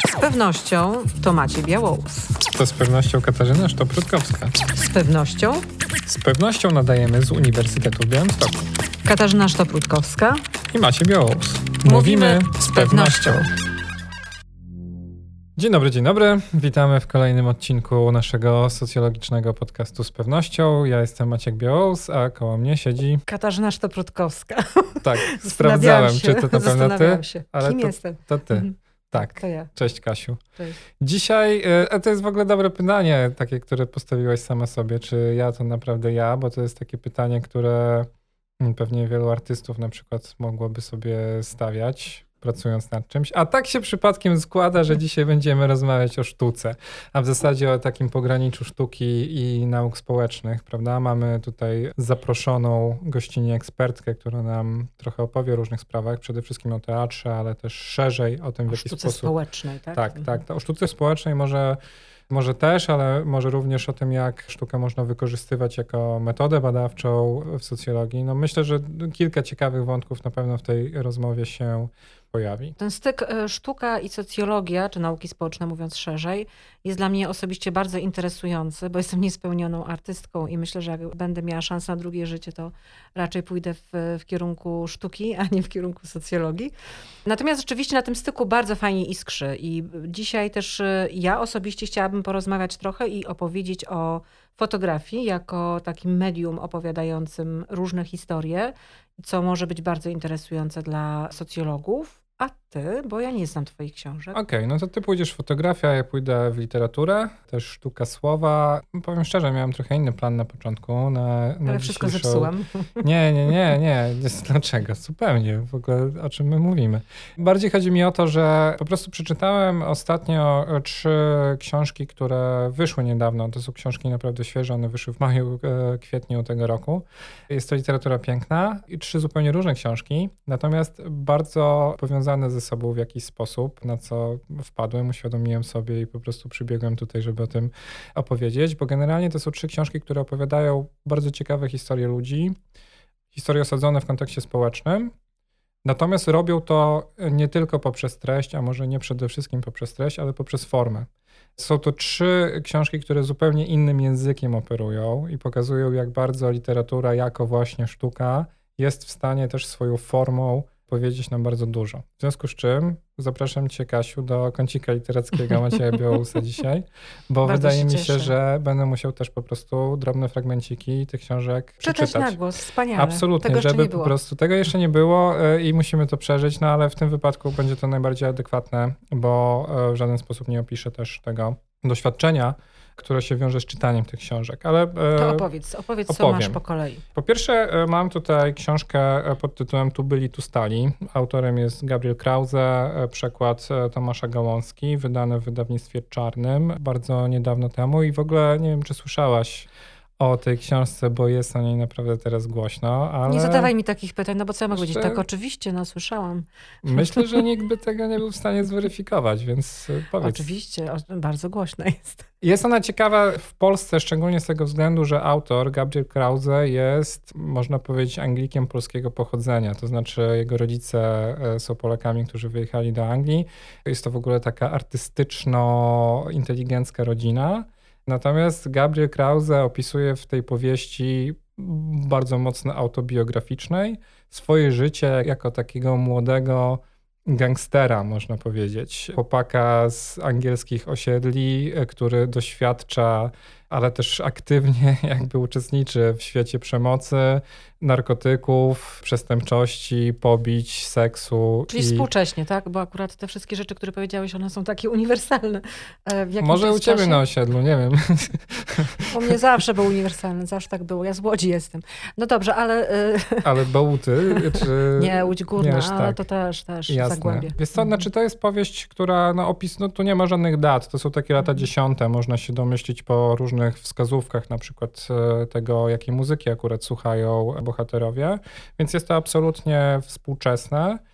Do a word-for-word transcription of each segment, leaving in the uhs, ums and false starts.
Z pewnością to Maciej Białous. To z pewnością Katarzyna Sztop-Rutkowska. Z pewnością Z pewnością nadajemy z Uniwersytetu w Białymstoku. Katarzyna Sztop-Rutkowska I Maciej Białous. Mówimy z pewnością. Dzień dobry, dzień dobry. Witamy w kolejnym odcinku naszego socjologicznego podcastu Z pewnością. Ja jestem Maciek Białous, a koło mnie siedzi... Katarzyna Sztop-Rutkowska. Tak, sprawdzałem, się, czy to na pewno ty. Się. Ale Kim to, jestem? To ty. Mhm. Tak. To ja. Cześć, Kasiu. Cześć. Dzisiaj, a to jest w ogóle dobre pytanie, takie, które postawiłaś sama sobie, czy ja to naprawdę ja, bo to jest takie pytanie, które pewnie wielu artystów na przykład mogłoby sobie stawiać, pracując nad czymś. A tak się przypadkiem składa, że dzisiaj będziemy rozmawiać o sztuce, a w zasadzie o takim pograniczu sztuki i nauk społecznych, prawda? Mamy tutaj zaproszoną gościnnie ekspertkę, która nam trochę opowie o różnych sprawach, przede wszystkim o teatrze, ale też szerzej o tym, w O jaki sztuce sposób... społecznej, tak? Tak, Mhm. tak. O sztuce społecznej może... Może też, ale może również o tym, jak sztukę można wykorzystywać jako metodę badawczą w socjologii. No myślę, że kilka ciekawych wątków na pewno w tej rozmowie się pojawi. Ten styk e, sztuka i socjologia, czy nauki społeczne mówiąc szerzej, jest dla mnie osobiście bardzo interesujący, bo jestem niespełnioną artystką i myślę, że jak będę miała szansę na drugie życie, to raczej pójdę w, w kierunku sztuki, a nie w kierunku socjologii. Natomiast rzeczywiście na tym styku bardzo fajnie iskrzy i dzisiaj też e, ja osobiście chciałabym porozmawiać trochę i opowiedzieć o fotografii jako takim medium opowiadającym różne historie, co może być bardzo interesujące dla socjologów. A ty, bo ja nie znam twoich książek. Okej, okay, no to ty pójdziesz w fotografię, ja pójdę w literaturę, też sztuka słowa. Powiem szczerze, miałem trochę inny plan na początku. Na, na Ale wszystko dzisiejszą... zepsułam. Nie, nie, nie, nie. Dlaczego? Zupełnie. W ogóle o czym my mówimy. Bardziej chodzi mi o to, że po prostu przeczytałem ostatnio trzy książki, które wyszły niedawno. To są książki naprawdę świeże, one wyszły w maju, kwietniu tego roku. Jest to literatura piękna i trzy zupełnie różne książki, natomiast bardzo powiązane ze sobą w jakiś sposób, na co wpadłem, uświadomiłem sobie i po prostu przybiegłem tutaj, żeby o tym opowiedzieć, bo generalnie to są trzy książki, które opowiadają bardzo ciekawe historie ludzi, historie osadzone w kontekście społecznym, natomiast robią to nie tylko poprzez treść, a może nie przede wszystkim poprzez treść, ale poprzez formę. Są to trzy książki, które zupełnie innym językiem operują i pokazują, jak bardzo literatura jako właśnie sztuka jest w stanie też swoją formą powiedzieć nam bardzo dużo. W związku z czym zapraszam cię, Kasiu, do kącika literackiego Macieja Białusa dzisiaj, bo bardzo wydaje się mi cieszę. się, że będę musiał też po prostu drobne fragmenciki tych książek Przeczytać przeczytać. na głos, wspaniale. Absolutnie, Tego żeby nie po było. prostu tego jeszcze nie było i musimy to przeżyć, no ale w tym wypadku będzie to najbardziej adekwatne, bo w żaden sposób nie opiszę też tego doświadczenia, które się wiąże z czytaniem tych książek. Ale to opowiedz, opowiedz opowiem. co masz po kolei. Po pierwsze mam tutaj książkę pod tytułem Tu byli, tu stali. Autorem jest Gabriel Krause, przekład Tomasza Gałązki, wydany w wydawnictwie Czarnym bardzo niedawno temu i w ogóle nie wiem, czy słyszałaś o tej książce, bo jest o niej naprawdę teraz głośno, ale... Nie zadawaj mi takich pytań, no bo co ja mogę Myślę- powiedzieć? Tak, oczywiście, no słyszałam. Myślę, że nikt by tego nie był w stanie zweryfikować, więc powiedz. Oczywiście, o- bardzo głośna jest. Jest ona ciekawa w Polsce, szczególnie z tego względu, że autor, Gabriel Krause, jest, można powiedzieć, Anglikiem polskiego pochodzenia. To znaczy jego rodzice są Polakami, którzy wyjechali do Anglii. Jest to w ogóle taka artystyczno-inteligencka rodzina. Natomiast Gabriel Krause opisuje w tej powieści bardzo mocno autobiograficznej swoje życie jako takiego młodego gangstera, można powiedzieć. Chłopaka z angielskich osiedli, który doświadcza, ale też aktywnie jakby uczestniczy w świecie przemocy, narkotyków, przestępczości, pobić, seksu. Czyli i... współcześnie, tak? Bo akurat te wszystkie rzeczy, które powiedziałeś, one są takie uniwersalne. E, w jakim Może to u jest ciebie czasie? na osiedlu, nie wiem. U mnie zawsze był uniwersalny, zawsze tak było. Ja z Łodzi jestem. No dobrze, ale... e, Ale Bełty, czy... Nie, Łódź Górna, Nie aż ale tak. to też, też Jasne. Zagłębie. Wiesz co, znaczy to jest powieść, która no opis, no tu nie ma żadnych dat, to są takie lata dziesiąte, można się domyślić po różnych wskazówkach, na przykład e, tego, jakiej muzyki akurat słuchają bohaterowie, więc jest to absolutnie współczesne.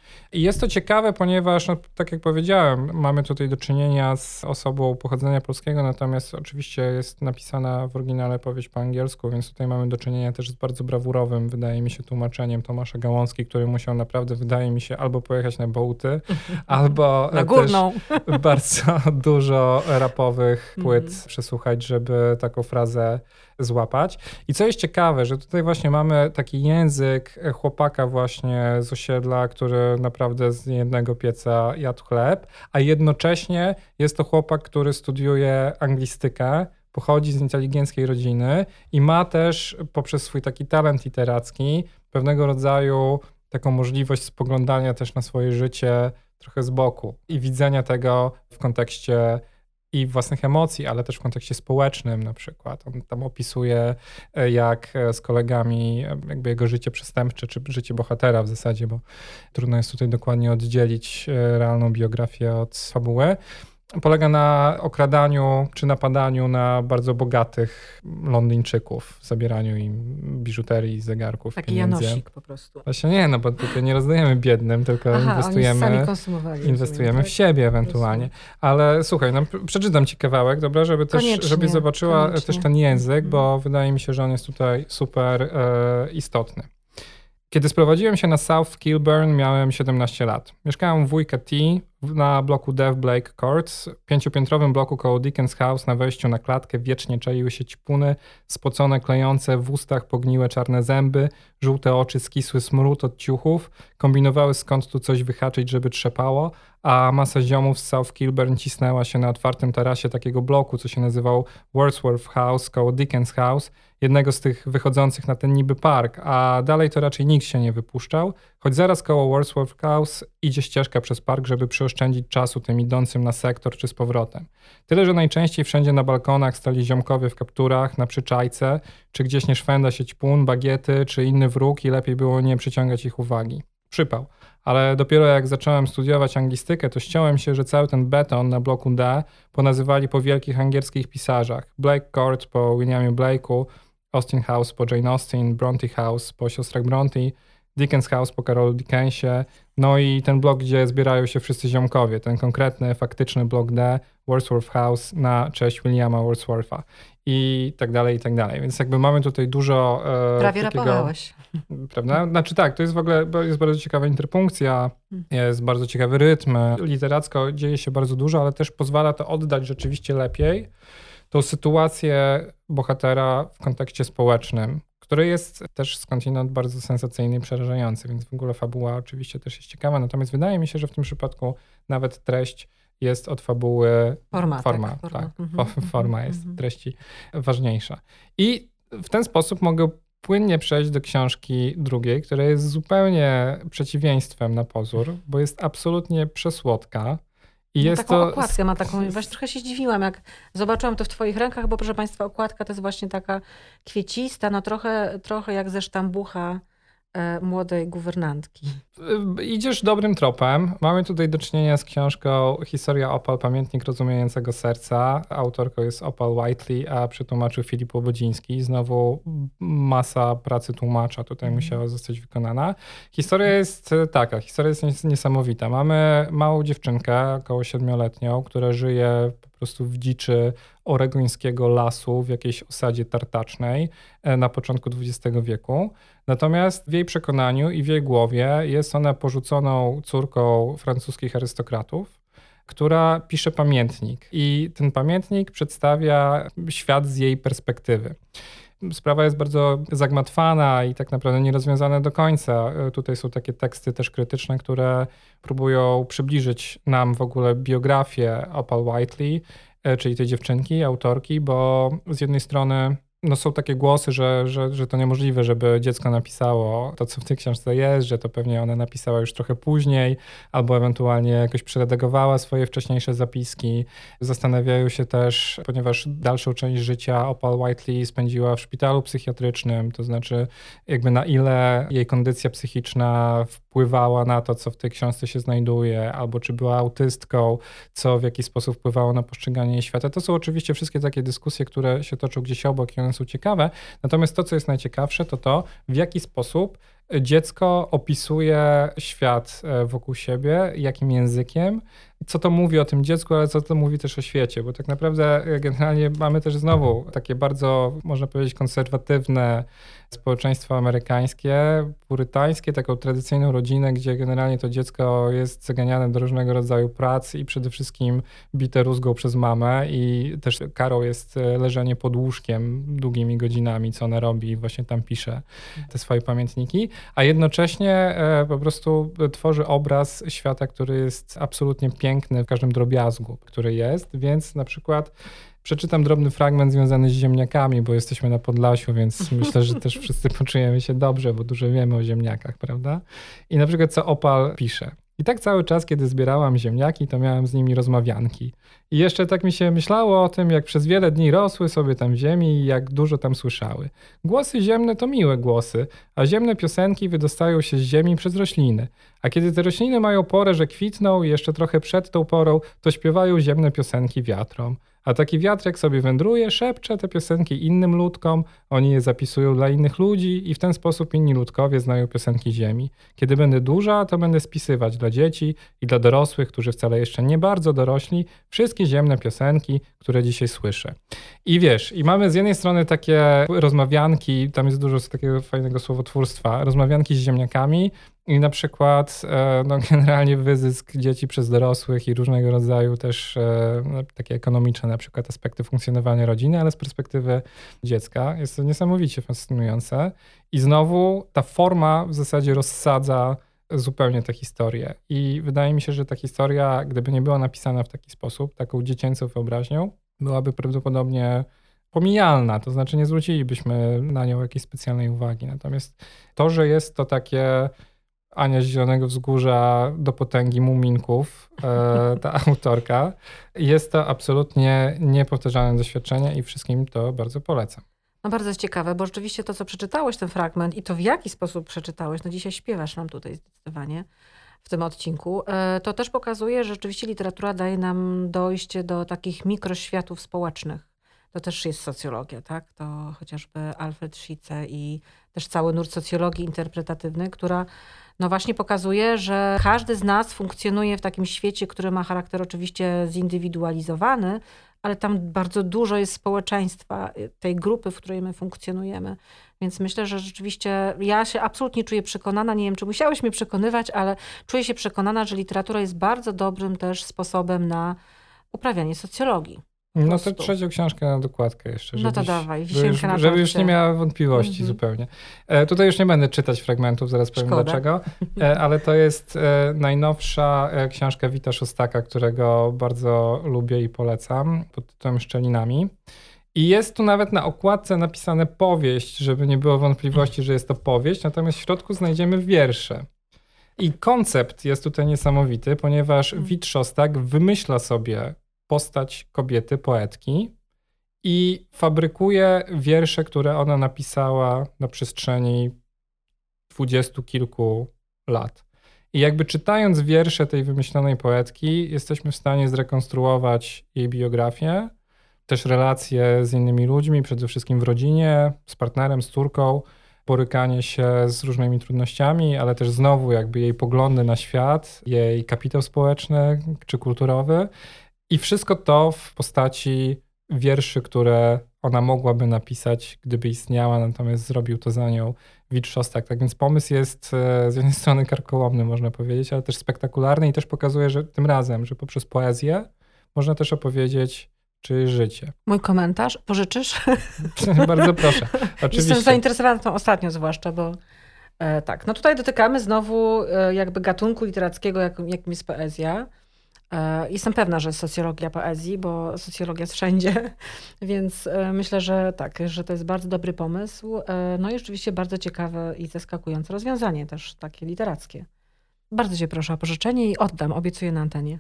I jest to ciekawe, ponieważ, no, tak jak powiedziałem, mamy tutaj do czynienia z osobą pochodzenia polskiego, natomiast oczywiście jest napisana w oryginale powieść po angielsku, więc tutaj mamy do czynienia też z bardzo brawurowym, wydaje mi się, tłumaczeniem Tomasza Gałązki, który musiał naprawdę, wydaje mi się, albo pojechać na Bałty, albo na Górną. też bardzo dużo rapowych płyt mm. przesłuchać, żeby taką frazę złapać. I co jest ciekawe, że tutaj właśnie mamy taki język chłopaka właśnie z osiedla, który naprawdę z jednego pieca jadł chleb, a jednocześnie jest to chłopak, który studiuje anglistykę, pochodzi z inteligenckiej rodziny i ma też poprzez swój taki talent literacki pewnego rodzaju taką możliwość spoglądania też na swoje życie trochę z boku i widzenia tego w kontekście i własnych emocji, ale też w kontekście społecznym na przykład. On tam opisuje, jak z kolegami jakby jego życie przestępcze, czy życie bohatera w zasadzie, bo trudno jest tutaj dokładnie oddzielić realną biografię od fabuły. Polega na okradaniu czy napadaniu na bardzo bogatych Londyńczyków, zabieraniu im biżuterii, zegarków, Taki pieniędzy. Janosik po prostu. Właśnie nie, no bo tutaj nie rozdajemy biednym, tylko Aha, inwestujemy, oni sami konsumowali, inwestujemy rozumiem, w siebie ewentualnie. Ale słuchaj, no, przeczytam ci kawałek, dobra, żeby też, koniecznie, żeby zobaczyła koniecznie. też ten język, Mhm. bo wydaje mi się, że on jest tutaj super e, istotny. Kiedy sprowadziłem się na South Kilburn, miałem siedemnaście lat. Mieszkałem u wujka T na bloku D w Blake Courts, pięciopiętrowym bloku koło Dickens House. Na wejściu na klatkę wiecznie czaiły się ćpuny, spocone, klejące, w ustach pogniłe czarne zęby, żółte oczy, skisły smród od ciuchów. Kombinowały skąd tu coś wyhaczyć, żeby trzepało, a masa ziomów z South Kilburn cisnęła się na otwartym tarasie takiego bloku, co się nazywał Wordsworth House koło Dickens House, jednego z tych wychodzących na ten niby park, a dalej to raczej nikt się nie wypuszczał, choć zaraz koło Wordsworth House idzie ścieżka przez park, żeby przyoszczędzić czasu tym idącym na sektor czy z powrotem. Tyle, że najczęściej wszędzie na balkonach stali ziomkowie w kapturach, na przyczajce, czy gdzieś nie szwenda się ćpun, bagiety, czy inny wróg i lepiej było nie przyciągać ich uwagi. Przypał. Ale dopiero jak zacząłem studiować anglistykę, to ściąłem się, że cały ten beton na bloku D ponazywali po wielkich angielskich pisarzach. Blake Court po Williamie Blake'u, Austin House po Jane Austen, Bronte House po siostrach Bronte, Dickens House po Karolu Dickensie, no i ten blok, gdzie zbierają się wszyscy ziomkowie, ten konkretny, faktyczny blok D, Wordsworth House na cześć Williama Wordswortha i tak dalej, i tak dalej. Więc jakby mamy tutaj dużo e, Prawie takiego... rapowałeś. Prawda? Znaczy tak, to jest w ogóle jest bardzo ciekawa interpunkcja, jest bardzo ciekawy rytm, literacko dzieje się bardzo dużo, ale też pozwala to oddać rzeczywiście lepiej tą sytuację bohatera w kontekście społecznym, który jest też skądinąd bardzo sensacyjny i przerażający, więc w ogóle fabuła oczywiście też jest ciekawa, natomiast wydaje mi się, że w tym przypadku nawet treść jest od fabuły, forma, forma, tak, forma, tak, mhm, forma mhm, jest mhm. treści ważniejsza. I w ten sposób mogę płynnie przejść do książki drugiej, która jest zupełnie przeciwieństwem na pozór, bo jest absolutnie przesłodka. I no jest taką to... okładkę ma taką, właśnie trochę się zdziwiłam, jak zobaczyłam to w twoich rękach, bo proszę państwa, okładka to jest właśnie taka kwiecista, no trochę, trochę jak ze sztambucha e, młodej guwernantki. Idziesz dobrym tropem. Mamy tutaj do czynienia z książką Historia Opal, pamiętnik rozumiejącego serca. Autorką jest Opal Whiteley, a przetłumaczył Filip Łobodziński. Znowu masa pracy tłumacza tutaj mm. musiała zostać wykonana. Historia jest taka, historia jest niesamowita. Mamy małą dziewczynkę, około siedmioletnią, która żyje po prostu w dziczy oregońskiego lasu w jakiejś osadzie tartacznej na początku dwudziestego wieku. Natomiast w jej przekonaniu i w jej głowie jest ona porzuconą córką francuskich arystokratów, która pisze pamiętnik. I ten pamiętnik przedstawia świat z jej perspektywy. Sprawa jest bardzo zagmatwana i tak naprawdę nierozwiązana do końca. Tutaj są takie teksty też krytyczne, które próbują przybliżyć nam w ogóle biografię Opal Whiteley, czyli tej dziewczynki, autorki, bo z jednej strony no są takie głosy, że, że, że to niemożliwe, żeby dziecko napisało to, co w tej książce jest, że to pewnie ona napisała już trochę później, albo ewentualnie jakoś przeredagowała swoje wcześniejsze zapiski. Zastanawiają się też, ponieważ dalszą część życia Opal Whiteley spędziła w szpitalu psychiatrycznym, to znaczy jakby na ile jej kondycja psychiczna wpływała na to, co w tej książce się znajduje, albo czy była autystką, co w jakiś sposób wpływało na postrzeganie jej świata. To są oczywiście wszystkie takie dyskusje, które się toczą gdzieś obok i one są ciekawe. Natomiast to, co jest najciekawsze, to to, w jaki sposób dziecko opisuje świat wokół siebie, jakim językiem, co to mówi o tym dziecku, ale co to mówi też o świecie, bo tak naprawdę generalnie mamy też znowu takie bardzo, można powiedzieć, konserwatywne społeczeństwo amerykańskie, purytańskie, taką tradycyjną rodzinę, gdzie generalnie to dziecko jest zaganiane do różnego rodzaju prac i przede wszystkim bite rózgą przez mamę i też karą jest leżenie pod łóżkiem długimi godzinami, co ona robi i właśnie tam pisze te swoje pamiętniki, a jednocześnie po prostu tworzy obraz świata, który jest absolutnie piękny w każdym drobiazgu, który jest, więc na przykład przeczytam drobny fragment związany z ziemniakami, bo jesteśmy na Podlasiu, więc myślę, że też wszyscy poczujemy się dobrze, bo dużo wiemy o ziemniakach, prawda? I na przykład co Opal pisze. I tak cały czas, kiedy zbierałam ziemniaki, to miałam z nimi rozmawianki. I jeszcze tak mi się myślało o tym, jak przez wiele dni rosły sobie tam w ziemi i jak dużo tam słyszały. Głosy ziemne to miłe głosy, a ziemne piosenki wydostają się z ziemi przez rośliny. A kiedy te rośliny mają porę, że kwitną i jeszcze trochę przed tą porą, to śpiewają ziemne piosenki wiatrom. A taki wiatr, jak sobie wędruje, szepcze te piosenki innym ludkom, oni je zapisują dla innych ludzi i w ten sposób inni ludkowie znają piosenki ziemi. Kiedy będę duża, to będę spisywać dla dzieci i dla dorosłych, którzy wcale jeszcze nie bardzo dorośli, wszystkie ziemne piosenki, które dzisiaj słyszę. I wiesz, i mamy z jednej strony takie rozmawianki, tam jest dużo takiego fajnego słowotwórstwa, rozmawianki z ziemniakami, i na przykład no, generalnie wyzysk dzieci przez dorosłych i różnego rodzaju też no, takie ekonomiczne na przykład aspekty funkcjonowania rodziny, ale z perspektywy dziecka jest to niesamowicie fascynujące. I znowu ta forma w zasadzie rozsadza zupełnie tę historię. I wydaje mi się, że ta historia, gdyby nie była napisana w taki sposób, taką dziecięcą wyobraźnią, byłaby prawdopodobnie pomijalna, to znaczy nie zwrócilibyśmy na nią jakiejś specjalnej uwagi. Natomiast to, że jest to takie Ania z Zielonego Wzgórza do potęgi muminków, ta autorka. Jest to absolutnie niepowtarzalne doświadczenie i wszystkim to bardzo polecam. No bardzo jest ciekawe, bo rzeczywiście to, co przeczytałeś, ten fragment i to w jaki sposób przeczytałeś, no dzisiaj śpiewasz nam tutaj zdecydowanie w tym odcinku, to też pokazuje, że rzeczywiście literatura daje nam dojście do takich mikroświatów społecznych. To też jest socjologia, tak? To chociażby Alfred Schitze i też cały nurt socjologii interpretatywnej, która no właśnie pokazuje, że każdy z nas funkcjonuje w takim świecie, który ma charakter oczywiście zindywidualizowany, ale tam bardzo dużo jest społeczeństwa, tej grupy, w której my funkcjonujemy. Więc myślę, że rzeczywiście ja się absolutnie czuję przekonana, nie wiem, czy musiałeś mnie przekonywać, ale czuję się przekonana, że literatura jest bardzo dobrym też sposobem na uprawianie socjologii. No to trzecią książkę na dokładkę jeszcze. No to żebyś, dawaj, wisienka na żeby już nie miała wątpliwości mhm. zupełnie. E, tutaj już nie będę czytać fragmentów, zaraz powiem Szkoda. dlaczego, e, ale to jest e, najnowsza e, książka Wita Szostaka, którego bardzo lubię i polecam, pod tytułem Szczelinami. I jest tu nawet na okładce napisane powieść, żeby nie było wątpliwości, że jest to powieść, natomiast w środku znajdziemy wiersze. I koncept jest tutaj niesamowity, ponieważ Wit Szostak wymyśla sobie postać kobiety, poetki i fabrykuje wiersze, które ona napisała na przestrzeni dwudziestu kilku lat. I jakby czytając wiersze tej wymyślonej poetki, jesteśmy w stanie zrekonstruować jej biografię, też relacje z innymi ludźmi, przede wszystkim w rodzinie, z partnerem, z córką, borykanie się z różnymi trudnościami, ale też znowu jakby jej poglądy na świat, jej kapitał społeczny czy kulturowy. I wszystko to w postaci wierszy, które ona mogłaby napisać, gdyby istniała, natomiast zrobił to za nią Wit Szostak. Tak więc pomysł jest z jednej strony karkołomny, można powiedzieć, ale też spektakularny i też pokazuje, że tym razem, że poprzez poezję można też opowiedzieć czyjeś życie. Mój komentarz? Pożyczysz? Bardzo proszę. Oczywiście. Jestem zainteresowana tą ostatnią zwłaszcza, bo e, tak, no tutaj dotykamy znowu e, jakby gatunku literackiego, jak, jakim jest poezja. Jestem pewna, że jest socjologia poezji, bo socjologia jest wszędzie, więc myślę, że tak, że to jest bardzo dobry pomysł. No i rzeczywiście bardzo ciekawe i zaskakujące rozwiązanie też takie literackie. Bardzo cię proszę o pożyczenie i oddam, obiecuję na antenie.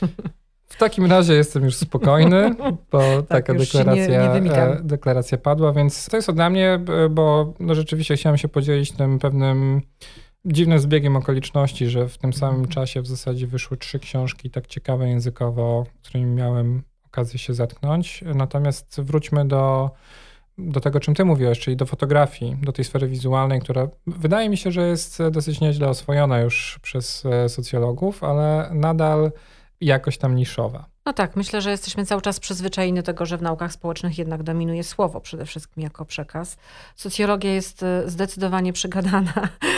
W takim razie jestem już spokojny, bo tak, taka deklaracja, nie, nie deklaracja padła, więc to jest ode mnie, bo no rzeczywiście chciałem się podzielić tym pewnym dziwnym zbiegiem okoliczności, że w tym samym czasie w zasadzie wyszły trzy książki tak ciekawe językowo, z którymi miałem okazję się zetknąć. Natomiast wróćmy do do tego, czym ty mówiłeś, czyli do fotografii, do tej sfery wizualnej, która wydaje mi się, że jest dosyć nieźle oswojona już przez socjologów, ale nadal jakoś tam niszowa. No tak, myślę, że jesteśmy cały czas przyzwyczajeni do tego, że w naukach społecznych jednak dominuje słowo przede wszystkim jako przekaz. Socjologia jest zdecydowanie przegadana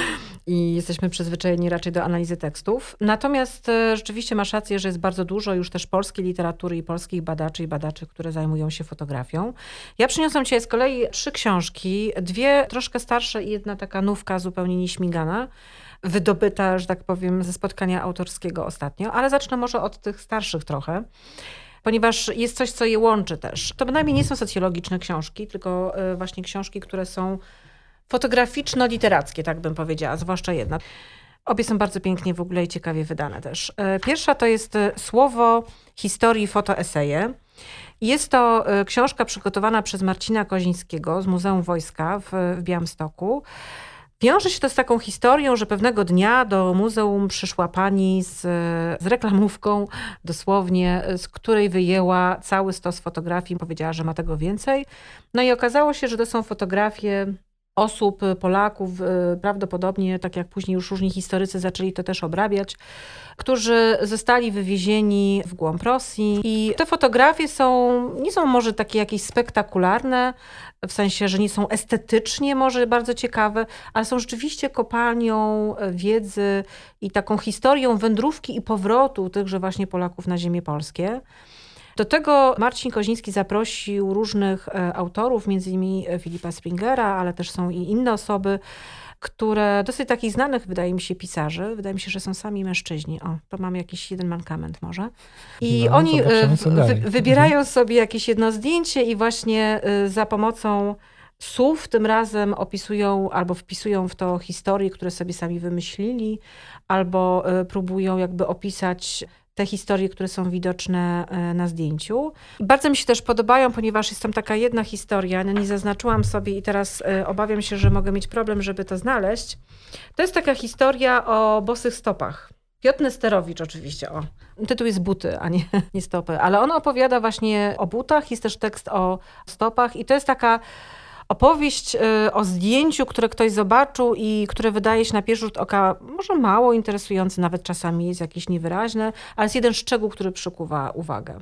i jesteśmy przyzwyczajeni raczej do analizy tekstów. Natomiast rzeczywiście masz rację, że jest bardzo dużo już też polskiej literatury i polskich badaczy i badaczy, które zajmują się fotografią. Ja przyniosłam dzisiaj z kolei trzy książki, dwie troszkę starsze i jedna taka nówka zupełnie nieśmigana, wydobyta, że tak powiem, ze spotkania autorskiego ostatnio, ale zacznę może od tych starszych trochę, ponieważ jest coś, co je łączy też. To bynajmniej nie są socjologiczne książki, tylko właśnie książki, które są fotograficzno-literackie, tak bym powiedziała, zwłaszcza jedna. Obie są bardzo pięknie w ogóle i ciekawie wydane też. Pierwsza to jest Słowo historii fotoeseje. Jest to książka przygotowana przez Marcina Kozińskiego z Muzeum Wojska w, w Białymstoku. Wiąże się to z taką historią, że pewnego dnia do muzeum przyszła pani z, z reklamówką, dosłownie, z której wyjęła cały stos fotografii. Powiedziała, że ma tego więcej. No i okazało się, że to są fotografie osób, Polaków, prawdopodobnie, tak jak później już różni historycy zaczęli to też obrabiać, którzy zostali wywiezieni w głąb Rosji. I te fotografie są, nie są może takie jakieś spektakularne, w sensie, że nie są estetycznie może bardzo ciekawe, ale są rzeczywiście kopalnią wiedzy i taką historią wędrówki i powrotu tychże właśnie Polaków na ziemię polskie. Do tego Marcin Koziński zaprosił różnych autorów, między innymi Filipa Springera, ale też są i inne osoby, które dosyć takich znanych, wydaje mi się, pisarzy. Wydaje mi się, że są sami mężczyźni. O, to mam jakiś jeden mankament może. I no, oni wy, wybierają sobie jakieś jedno zdjęcie i właśnie za pomocą słów tym razem opisują albo wpisują w to historie, które sobie sami wymyślili, albo próbują jakby opisać te historie, które są widoczne na zdjęciu. Bardzo mi się też podobają, ponieważ jest tam taka jedna historia, no nie zaznaczyłam sobie i teraz obawiam się, że mogę mieć problem, żeby to znaleźć. To jest taka historia o bosych stopach. Piotr Nesterowicz oczywiście, o. Tytuł jest Buty, a nie, nie stopy, ale on opowiada właśnie o butach, jest też tekst o stopach i to jest taka opowieść o zdjęciu, które ktoś zobaczył i które wydaje się na pierwszy rzut oka może mało interesujące, nawet czasami jest jakieś niewyraźne, ale jest jeden szczegół, który przykuwa uwagę.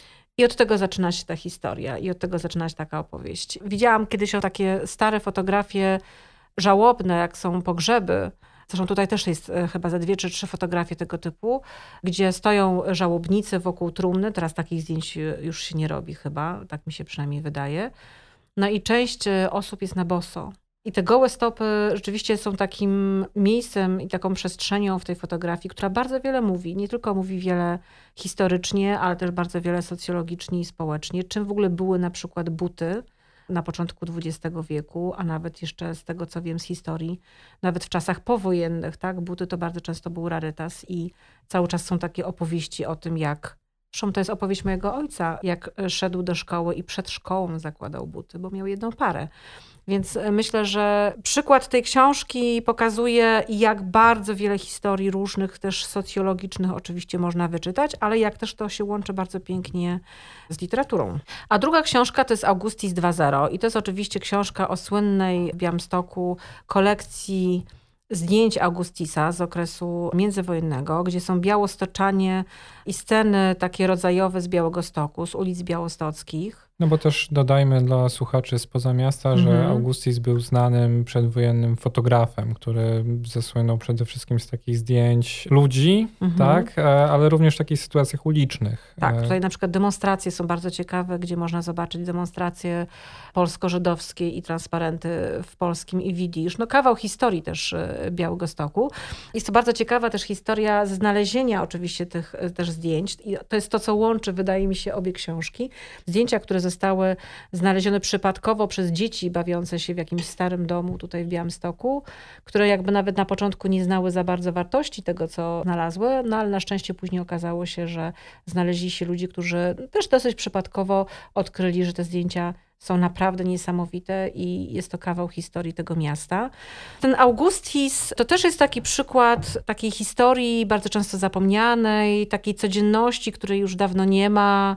I od tego zaczyna się ta historia i od tego zaczyna się taka opowieść. Widziałam kiedyś o takie stare fotografie żałobne, jak są pogrzeby. Zresztą tutaj też jest chyba ze dwie czy trzy fotografie tego typu, gdzie stoją żałobnicy wokół trumny. Teraz takich zdjęć już się nie robi chyba, tak mi się przynajmniej wydaje. No i część osób jest na boso. I te gołe stopy rzeczywiście są takim miejscem i taką przestrzenią w tej fotografii, która bardzo wiele mówi. Nie tylko mówi wiele historycznie, ale też bardzo wiele socjologicznie i społecznie. Czym w ogóle były na przykład buty na początku dwudziestego wieku, a nawet jeszcze z tego, co wiem z historii, nawet w czasach powojennych, tak? Buty to bardzo często był rarytas i cały czas są takie opowieści o tym, jak Zresztą to jest opowieść mojego ojca, jak szedł do szkoły i przed szkołą zakładał buty, bo miał jedną parę. Więc myślę, że przykład tej książki pokazuje, jak bardzo wiele historii różnych, też socjologicznych oczywiście można wyczytać, ale jak też to się łączy bardzo pięknie z literaturą. A druga książka to jest Augustis dwa zero i to jest oczywiście książka o słynnej w Białymstoku kolekcji zdjęć Augustisa z okresu międzywojennego, gdzie są białostoczanie i sceny takie rodzajowe z Białegostoku, z ulic białostockich. No bo też dodajmy dla słuchaczy spoza miasta, że mhm. Augustis był znanym przedwojennym fotografem, który zasłynął przede wszystkim z takich zdjęć ludzi, mhm. tak, ale również w takich sytuacjach ulicznych. Tak, tutaj na przykład demonstracje są bardzo ciekawe, gdzie można zobaczyć demonstracje polsko-żydowskie i transparenty w polskim i widzisz. No kawał historii też Białegostoku. Jest to bardzo ciekawa też historia znalezienia oczywiście tych też zdjęć. I to jest to, co łączy, wydaje mi się, obie książki. Zdjęcia, które zostały znalezione przypadkowo przez dzieci bawiące się w jakimś starym domu tutaj w Białymstoku, które jakby nawet na początku nie znały za bardzo wartości tego, co znalazły, no ale na szczęście później okazało się, że znaleźli się ludzie, którzy też dosyć przypadkowo odkryli, że te zdjęcia są naprawdę niesamowite i jest to kawał historii tego miasta. Ten Augustis to też jest taki przykład takiej historii bardzo często zapomnianej, takiej codzienności, której już dawno nie ma,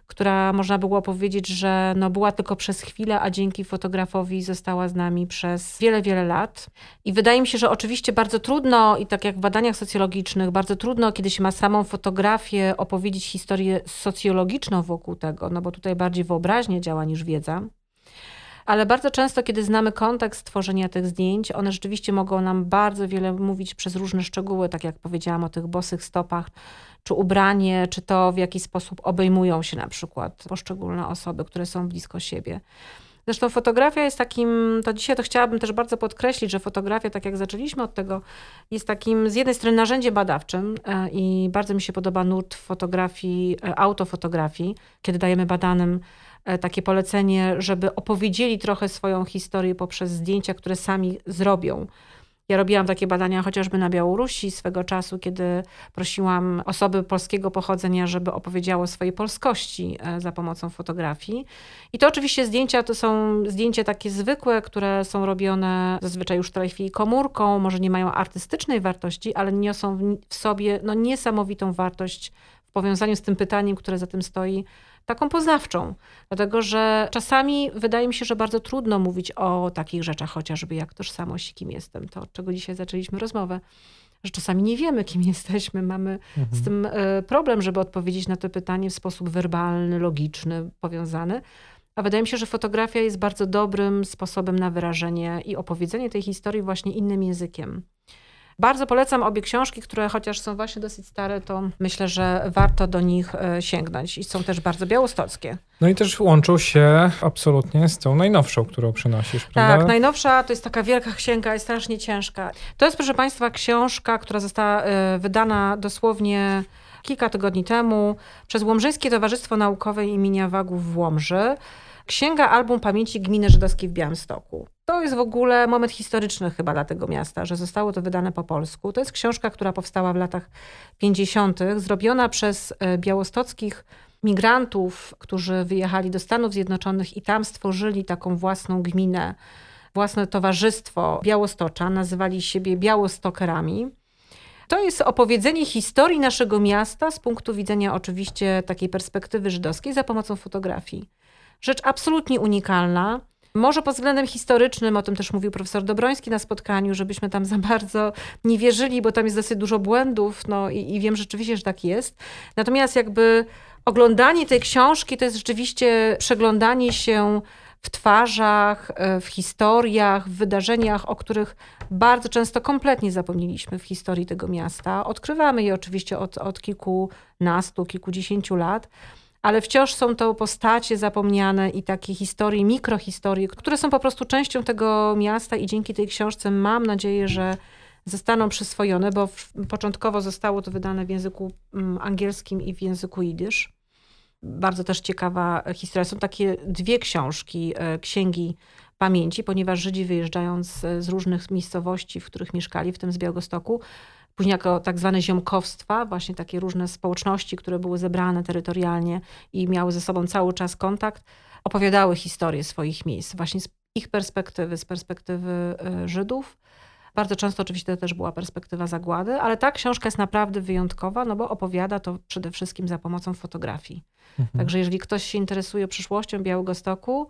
która można było powiedzieć, że no była tylko przez chwilę, a dzięki fotografowi została z nami przez wiele, wiele lat. I wydaje mi się, że oczywiście bardzo trudno, i tak jak w badaniach socjologicznych, bardzo trudno, kiedy się ma samą fotografię, opowiedzieć historię socjologiczną wokół tego, no bo tutaj bardziej wyobraźnia działa niż wiedza. Ale bardzo często, kiedy znamy kontekst tworzenia tych zdjęć, one rzeczywiście mogą nam bardzo wiele mówić przez różne szczegóły, tak jak powiedziałam o tych bosych stopach, czy ubranie, czy to w jaki sposób obejmują się na przykład poszczególne osoby, które są blisko siebie. Zresztą fotografia jest takim, to dzisiaj to chciałabym też bardzo podkreślić, że fotografia, tak jak zaczęliśmy od tego, jest takim z jednej strony narzędziem badawczym i bardzo mi się podoba nurt fotografii, autofotografii, kiedy dajemy badanym takie polecenie, żeby opowiedzieli trochę swoją historię poprzez zdjęcia, które sami zrobią. Ja robiłam takie badania chociażby na Białorusi swego czasu, kiedy prosiłam osoby polskiego pochodzenia, żeby opowiedziały o swojej polskości za pomocą fotografii. I to oczywiście zdjęcia to są zdjęcia takie zwykłe, które są robione zazwyczaj już w tej chwili komórką, może nie mają artystycznej wartości, ale niosą w sobie no, niesamowitą wartość w powiązaniu z tym pytaniem, które za tym stoi, taką poznawczą. Dlatego, że czasami wydaje mi się, że bardzo trudno mówić o takich rzeczach, chociażby jak tożsamość i kim jestem. To, od czego dzisiaj zaczęliśmy rozmowę. Że czasami nie wiemy, kim jesteśmy. Mamy mhm. z tym problem, żeby odpowiedzieć na to pytanie w sposób werbalny, logiczny, powiązany. A wydaje mi się, że fotografia jest bardzo dobrym sposobem na wyrażenie i opowiedzenie tej historii właśnie innym językiem. Bardzo polecam obie książki, które chociaż są właśnie dosyć stare, to myślę, że warto do nich sięgnąć. I są też bardzo białostockie. No i też łączą się absolutnie z tą najnowszą, którą przynosisz, prawda? Tak, najnowsza to jest taka wielka księga i strasznie ciężka. To jest, proszę Państwa, książka, która została wydana dosłownie kilka tygodni temu przez Łomżyńskie Towarzystwo Naukowe imienia Wagów w Łomży. Księga Album Pamięci Gminy Żydowskiej w Białymstoku. To jest w ogóle moment historyczny chyba dla tego miasta, że zostało to wydane po polsku. To jest książka, która powstała w latach pięćdziesiątych, zrobiona przez białostockich migrantów, którzy wyjechali do Stanów Zjednoczonych i tam stworzyli taką własną gminę, własne towarzystwo Białostocza, nazywali siebie Białostokerami. To jest opowiedzenie historii naszego miasta z punktu widzenia oczywiście takiej perspektywy żydowskiej za pomocą fotografii. Rzecz absolutnie unikalna. Może pod względem historycznym, o tym też mówił profesor Dobroński na spotkaniu, żebyśmy tam za bardzo nie wierzyli, bo tam jest dosyć dużo błędów, no i, i wiem rzeczywiście, że tak jest. Natomiast jakby oglądanie tej książki to jest rzeczywiście przeglądanie się w twarzach, w historiach, w wydarzeniach, o których bardzo często kompletnie zapomnieliśmy w historii tego miasta. Odkrywamy je oczywiście od, od kilkunastu, kilkudziesięciu lat, ale wciąż są to postacie zapomniane i takie historie, mikrohistorie, które są po prostu częścią tego miasta i dzięki tej książce mam nadzieję, że zostaną przyswojone, bo w, początkowo zostało to wydane w języku angielskim i w języku jidysz. Bardzo też ciekawa historia. Są takie dwie książki, księgi pamięci, ponieważ Żydzi wyjeżdżając z różnych miejscowości, w których mieszkali, w tym z Białegostoku, później jako tak zwane ziomkowstwa, właśnie takie różne społeczności, które były zebrane terytorialnie i miały ze sobą cały czas kontakt, opowiadały historię swoich miejsc, właśnie z ich perspektywy, z perspektywy Żydów. Bardzo często oczywiście to też była perspektywa zagłady, ale ta książka jest naprawdę wyjątkowa, no bo opowiada to przede wszystkim za pomocą fotografii. Mhm. Także jeżeli ktoś się interesuje przyszłością Białegostoku,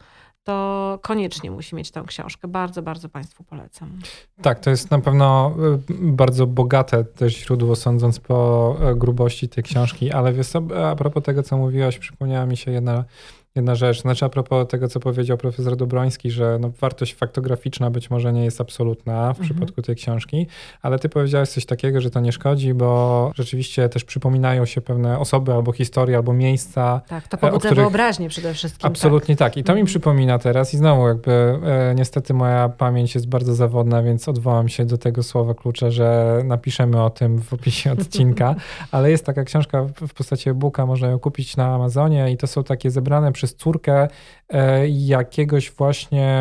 to koniecznie musi mieć tę książkę. Bardzo, bardzo Państwu polecam. Tak, to jest na pewno bardzo bogate też źródło, sądząc po grubości tej książki, ale wiesz co, a propos tego, co mówiłaś, przypomniała mi się jedna Jedna rzecz, znaczy a propos tego, co powiedział profesor Dobroński, że no wartość faktograficzna być może nie jest absolutna w mhm. przypadku tej książki, ale ty powiedziałeś coś takiego, że to nie szkodzi, bo rzeczywiście też przypominają się pewne osoby albo historie, albo miejsca. Tak, to pobudza których... wyobraźnię przede wszystkim. Absolutnie tak. tak. I to mhm. mi przypomina teraz i znowu jakby e, niestety moja pamięć jest bardzo zawodna, więc odwołam się do tego słowa klucza, że napiszemy o tym w opisie odcinka, ale jest taka książka w postaci e-booka, można ją kupić na Amazonie i to są takie zebrane przez córkę jakiegoś właśnie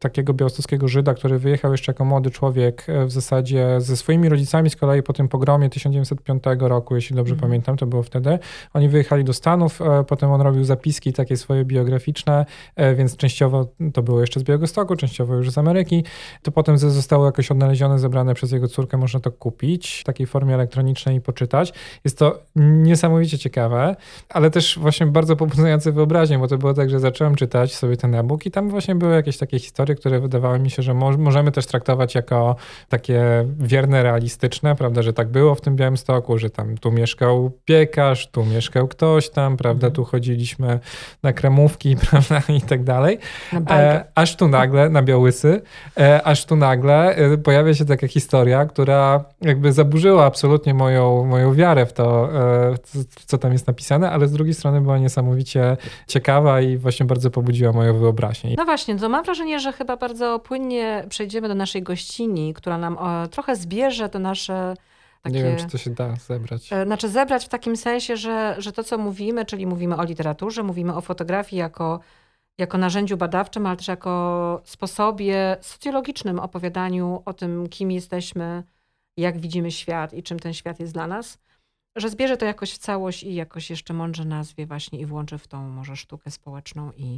takiego białostockiego Żyda, który wyjechał jeszcze jako młody człowiek w zasadzie ze swoimi rodzicami z kolei po tym pogromie tysiąc dziewięćset piątego roku, jeśli dobrze mm. pamiętam, to było wtedy. Oni wyjechali do Stanów, potem on robił zapiski takie swoje biograficzne, więc częściowo to było jeszcze z Białegostoku, częściowo już z Ameryki. To potem zostało jakoś odnalezione, zebrane przez jego córkę, można to kupić w takiej formie elektronicznej i poczytać. Jest to niesamowicie ciekawe, ale też właśnie bardzo pobudzające wyobraźnię, bo to było tak, że zacząłem czytać sobie ten e-book i tam właśnie były jakieś takie historie, które wydawały mi się, że mo- możemy też traktować jako takie wierne, realistyczne, prawda, że tak było w tym Białymstoku, że tam tu mieszkał piekarz, tu mieszkał ktoś tam, prawda, tu chodziliśmy na kremówki, prawda, i tak dalej. E, aż tu nagle, na Białysy, e, aż tu nagle e, pojawia się taka historia, która jakby zaburzyła absolutnie moją, moją wiarę w to, e, co, co tam jest napisane, ale z drugiej strony była niesamowicie ciekawa i właśnie bardzo pobudziła moją wyobraźnię. No właśnie, to mam wrażenie, że chyba bardzo płynnie przejdziemy do naszej gościni, która nam o, trochę zbierze te nasze takie... Nie wiem, czy to się da zebrać. Znaczy zebrać w takim sensie, że, że to, co mówimy, czyli mówimy o literaturze, mówimy o fotografii jako, jako narzędziu badawczym, ale też jako sposobie socjologicznym opowiadaniu o tym, kim jesteśmy, jak widzimy świat i czym ten świat jest dla nas, że zbierze to jakoś w całość i jakoś jeszcze mądrze nazwie właśnie i włączy w tą może sztukę społeczną i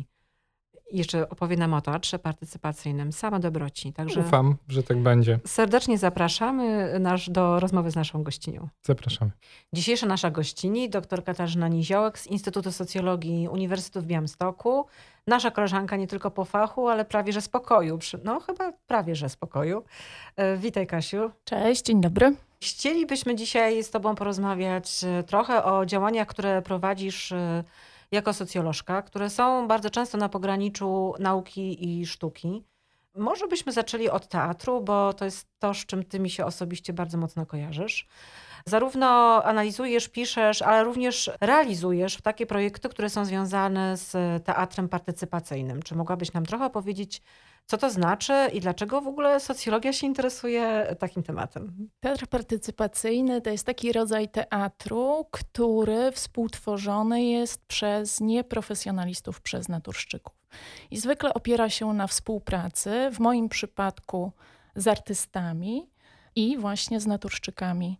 I jeszcze opowie nam o teatrze partycypacyjnym. Same dobroci. Także ufam, że tak będzie. Serdecznie zapraszamy nasz, do rozmowy z naszą gościnią. Zapraszamy. Dzisiejsza nasza gościni, dr Katarzyna Niziołek z Instytutu Socjologii Uniwersytetu w Białymstoku. Nasza koleżanka nie tylko po fachu, ale prawie że z pokoju. No chyba prawie że z pokoju. Witaj, Kasiu. Cześć, dzień dobry. Chcielibyśmy dzisiaj z tobą porozmawiać trochę o działaniach, które prowadzisz jako socjolożka, które są bardzo często na pograniczu nauki i sztuki. Może byśmy zaczęli od teatru, bo to jest to, z czym ty mi się osobiście bardzo mocno kojarzysz. Zarówno analizujesz, piszesz, ale również realizujesz takie projekty, które są związane z teatrem partycypacyjnym. Czy mogłabyś nam trochę opowiedzieć, co to znaczy i dlaczego w ogóle socjologia się interesuje takim tematem? Teatr partycypacyjny to jest taki rodzaj teatru, który współtworzony jest przez nieprofesjonalistów, przez naturszczyków. I zwykle opiera się na współpracy, w moim przypadku z artystami i właśnie z naturszczykami,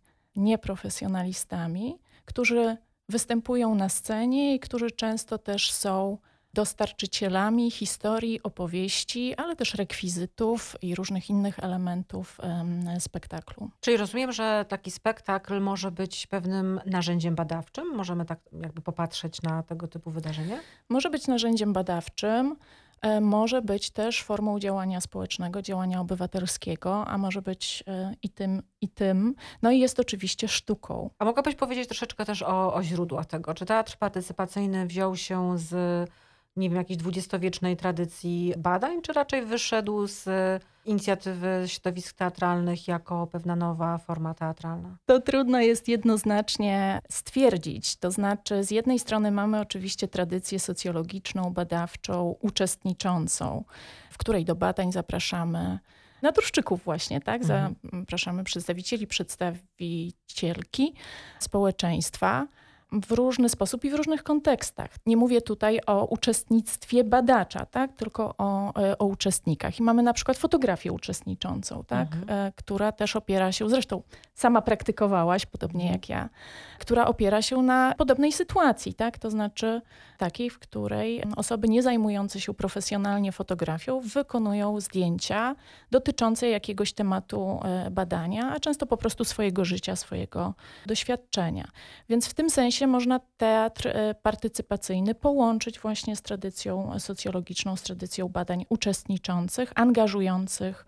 nieprofesjonalistami, którzy występują na scenie i którzy często też są dostarczycielami historii, opowieści, ale też rekwizytów i różnych innych elementów um, spektaklu. Czyli rozumiem, że taki spektakl może być pewnym narzędziem badawczym? Możemy tak jakby popatrzeć na tego typu wydarzenia? Może być narzędziem badawczym, e, może być też formą działania społecznego, działania obywatelskiego, a może być e, i tym, i tym. No i jest oczywiście sztuką. A mogłabyś powiedzieć troszeczkę też o, o źródłach tego? Czy teatr partycypacyjny wziął się z nie wiem, jakiejś dwudziestowiecznej tradycji badań, czy raczej wyszedł z inicjatywy środowisk teatralnych jako pewna nowa forma teatralna? To trudno jest jednoznacznie stwierdzić. To znaczy z jednej strony mamy oczywiście tradycję socjologiczną, badawczą, uczestniczącą, w której do badań zapraszamy naturszczyków właśnie, tak? Mhm. Zapraszamy przedstawicieli, przedstawicielki społeczeństwa w różny sposób i w różnych kontekstach. Nie mówię tutaj o uczestnictwie badacza, tak? Tylko o, o uczestnikach. I mamy na przykład fotografię uczestniczącą, tak? Mhm. Która też opiera się, zresztą sama praktykowałaś, podobnie mhm. jak ja, która opiera się na podobnej sytuacji, tak? To znaczy takiej, w której osoby nie zajmujące się profesjonalnie fotografią wykonują zdjęcia dotyczące jakiegoś tematu badania, a często po prostu swojego życia, swojego doświadczenia. Więc w tym sensie można teatr partycypacyjny połączyć właśnie z tradycją socjologiczną, z tradycją badań uczestniczących, angażujących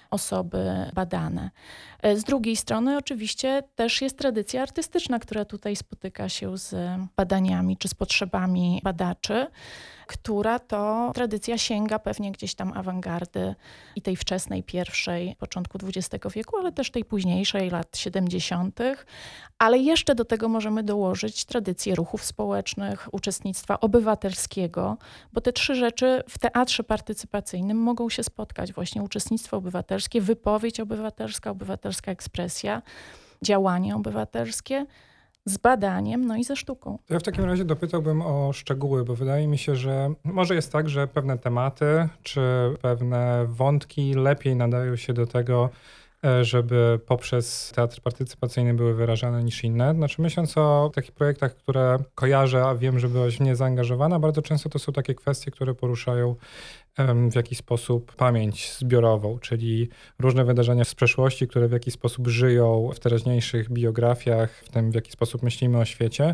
osoby badane. Z drugiej strony oczywiście też jest tradycja artystyczna, która tutaj spotyka się z badaniami czy z potrzebami badaczy, która to tradycja sięga pewnie gdzieś tam awangardy i tej wczesnej, pierwszej, początku dwudziestego wieku, ale też tej późniejszej, lat siedemdziesiątych. Ale jeszcze do tego możemy dołożyć tradycję ruchów społecznych, uczestnictwa obywatelskiego, bo te trzy rzeczy w teatrze partycypacyjnym mogą się spotkać. Właśnie uczestnictwo obywatelskie, wypowiedź obywatelska, obywatelska ekspresja, działanie obywatelskie z badaniem, no i ze sztuką. To ja w takim razie dopytałbym o szczegóły, bo wydaje mi się, że może jest tak, że pewne tematy czy pewne wątki lepiej nadają się do tego, żeby poprzez teatr partycypacyjny były wyrażane niż inne. Znaczy myśląc o takich projektach, które kojarzę, a wiem, że byłaś w nie zaangażowana, bardzo często to są takie kwestie, które poruszają w jakiś sposób pamięć zbiorową, czyli różne wydarzenia z przeszłości, które w jakiś sposób żyją w teraźniejszych biografiach, w tym w jaki sposób myślimy o świecie.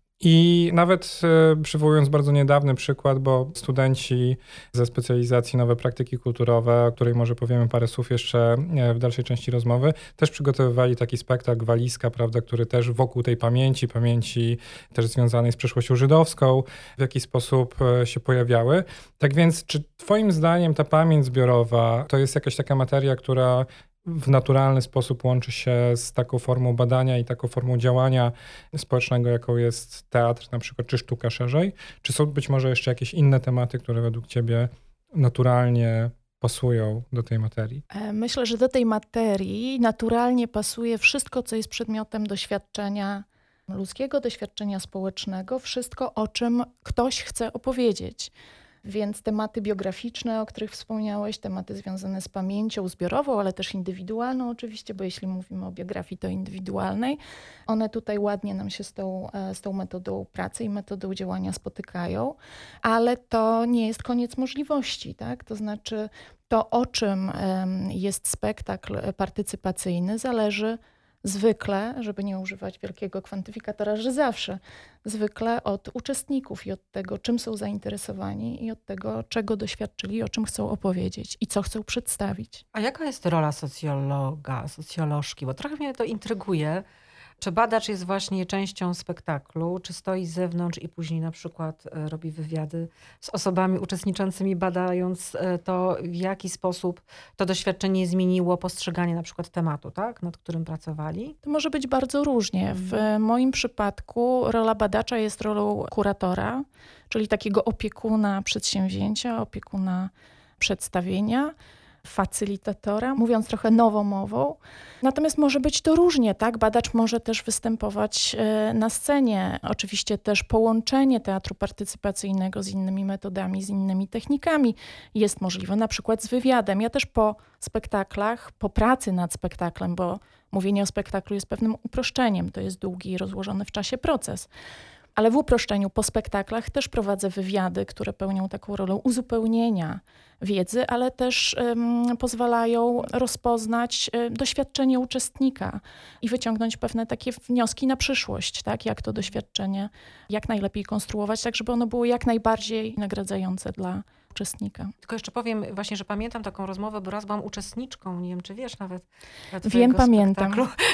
I nawet e, przywołując bardzo niedawny przykład, bo studenci ze specjalizacji Nowe Praktyki Kulturowe, o której może powiemy parę słów jeszcze w dalszej części rozmowy, też przygotowywali taki spektakl Walizka, prawda, który też wokół tej pamięci, pamięci też związanej z przeszłością żydowską, w jakiś sposób się pojawiały. Tak więc, czy twoim zdaniem ta pamięć zbiorowa to jest jakaś taka materia, która w naturalny sposób łączy się z taką formą badania i taką formą działania społecznego, jaką jest teatr na przykład, czy sztuka szerzej? Czy są być może jeszcze jakieś inne tematy, które według ciebie naturalnie pasują do tej materii? Myślę, że do tej materii naturalnie pasuje wszystko, co jest przedmiotem doświadczenia ludzkiego, doświadczenia społecznego, wszystko, o czym ktoś chce opowiedzieć. Więc tematy biograficzne, o których wspomniałeś, tematy związane z pamięcią zbiorową, ale też indywidualną oczywiście, bo jeśli mówimy o biografii, to indywidualnej, one tutaj ładnie nam się z tą, z tą metodą pracy i metodą działania spotykają, ale to nie jest koniec możliwości, tak? To znaczy to, o czym jest spektakl partycypacyjny, zależy zwykle, żeby nie używać wielkiego kwantyfikatora, że zawsze, zwykle od uczestników i od tego, czym są zainteresowani i od tego, czego doświadczyli, o czym chcą opowiedzieć i co chcą przedstawić. A jaka jest rola socjologa, socjolożki? Bo trochę mnie to intryguje. Czy badacz jest właśnie częścią spektaklu, czy stoi z zewnątrz i później na przykład robi wywiady z osobami uczestniczącymi, badając to, w jaki sposób to doświadczenie zmieniło postrzeganie na przykład tematu, tak, nad którym pracowali? To może być bardzo różnie. W moim przypadku rola badacza jest rolą kuratora, czyli takiego opiekuna przedsięwzięcia, opiekuna przedstawienia, facylitatora, mówiąc trochę nową mową. Natomiast może być to różnie, tak? Badacz może też występować na scenie. Oczywiście też połączenie teatru partycypacyjnego z innymi metodami, z innymi technikami jest możliwe, na przykład z wywiadem. Ja też po spektaklach, po pracy nad spektaklem, bo mówienie o spektaklu jest pewnym uproszczeniem, to jest długi i rozłożony w czasie proces. Ale w uproszczeniu po spektaklach też prowadzę wywiady, które pełnią taką rolę uzupełnienia wiedzy, ale też um, pozwalają rozpoznać um, doświadczenie uczestnika i wyciągnąć pewne takie wnioski na przyszłość, tak? Jak to doświadczenie jak najlepiej konstruować, tak żeby ono było jak najbardziej nagradzające dla uczestnika. Tylko jeszcze powiem właśnie, że pamiętam taką rozmowę, bo raz byłam uczestniczką, nie wiem czy wiesz nawet. Wiem, pamiętam.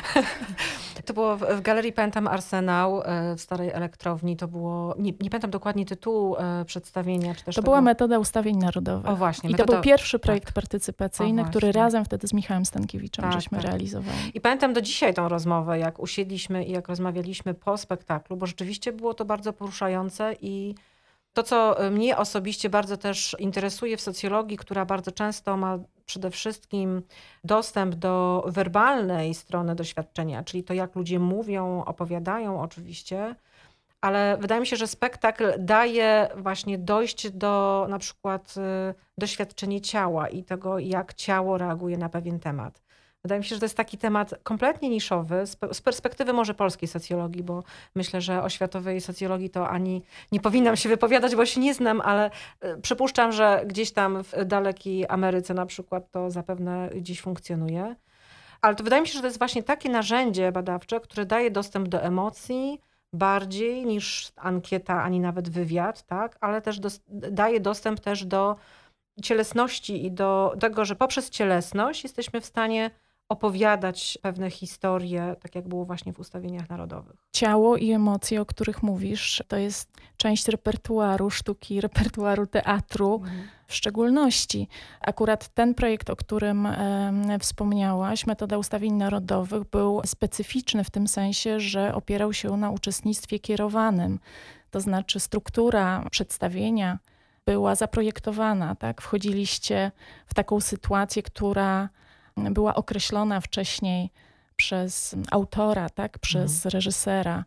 To było w, w Galerii Pamiętam Arsenał w Starej Elektrowni. To było, nie, nie pamiętam dokładnie tytułu e, przedstawienia. Czy też to tego... była metoda ustawień narodowych. O właśnie. I metoda... to był pierwszy projekt tak. partycypacyjny, który razem wtedy z Michałem Stankiewiczem tak, żeśmy tak. realizowali. I pamiętam do dzisiaj tą rozmowę, jak usiedliśmy i jak rozmawialiśmy po spektaklu, bo rzeczywiście było to bardzo poruszające i to, co mnie osobiście bardzo też interesuje w socjologii, która bardzo często ma przede wszystkim dostęp do werbalnej strony doświadczenia, czyli to, jak ludzie mówią, opowiadają oczywiście, ale wydaje mi się, że spektakl daje właśnie dojście do na przykład doświadczenia ciała i tego, jak ciało reaguje na pewien temat. Wydaje mi się, że to jest taki temat kompletnie niszowy, z perspektywy może polskiej socjologii, bo myślę, że o światowej socjologii to ani nie powinnam się wypowiadać, bo się nie znam, ale przypuszczam, że gdzieś tam w dalekiej Ameryce na przykład to zapewne gdzieś funkcjonuje. Ale to wydaje mi się, że to jest właśnie takie narzędzie badawcze, które daje dostęp do emocji bardziej niż ankieta, ani nawet wywiad, tak? Ale też dos- daje dostęp też do cielesności i do tego, że poprzez cielesność jesteśmy w stanie opowiadać pewne historie, tak jak było właśnie w ustawieniach narodowych. Ciało i emocje, o których mówisz, to jest część repertuaru sztuki, repertuaru teatru mhm. w szczególności. Akurat ten projekt, o którym e, wspomniałaś, metoda ustawień narodowych, był specyficzny w tym sensie, że opierał się na uczestnictwie kierowanym. To znaczy struktura przedstawienia była zaprojektowana, tak? Wchodziliście w taką sytuację, która była określona wcześniej przez autora, tak? Przez mhm. reżysera.